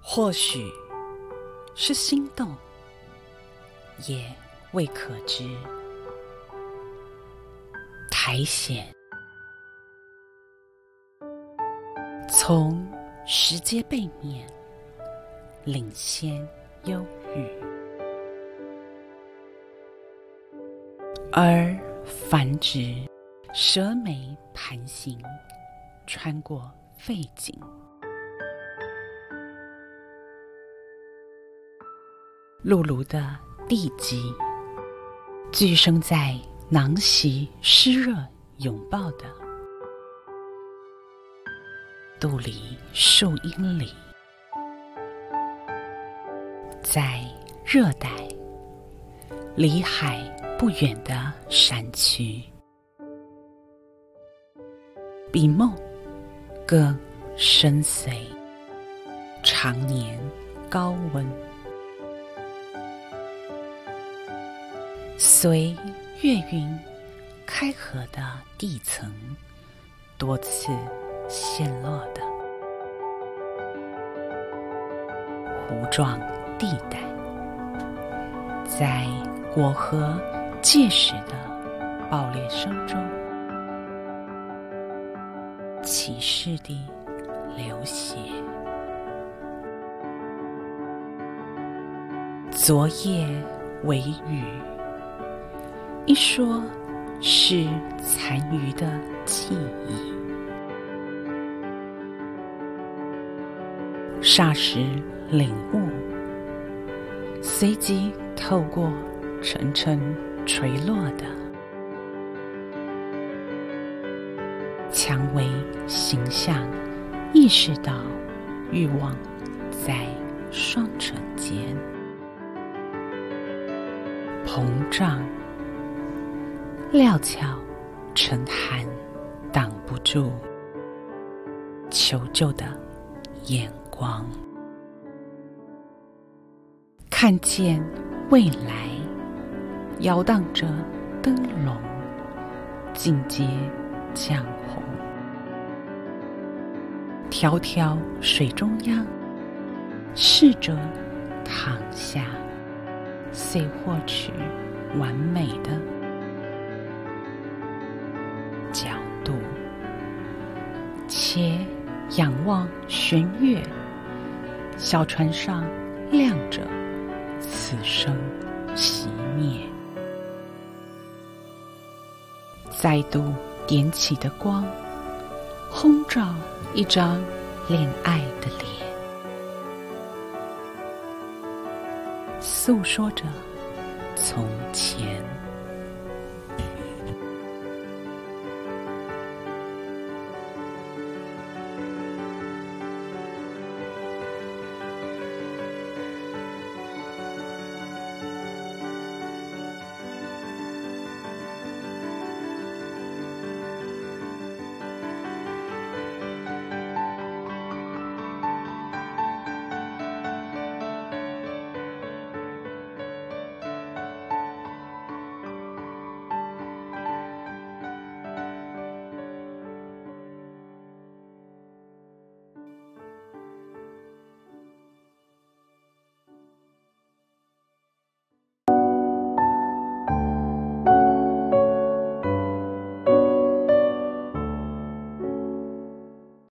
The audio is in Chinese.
或许是心动，也未可知。苔藓从石阶背面领先忧郁，而繁殖蛇眉盘行，穿过废井。辘轳的地基，聚生在囊袭湿热拥抱的杜梨树荫里，在热带离海不远的山区，比梦更深邃，常年高温。随月晕开合的地层多次陷落的弧状地带，在果核届时的爆裂声中起势地流血。昨夜微雨，一说是残余的记忆，霎时领悟，随即透过层层垂落的蔷薇形象，意识到欲望在双唇间膨胀，料峭沉寒挡不住求救的眼光，看见未来摇荡着灯笼，尽皆降红。迢迢水中央，试着躺下，遂获取完美的角度，且仰望弦月，小船上亮着此生熄灭，再度点起的光，烘照一张恋爱的脸，诉说着从前。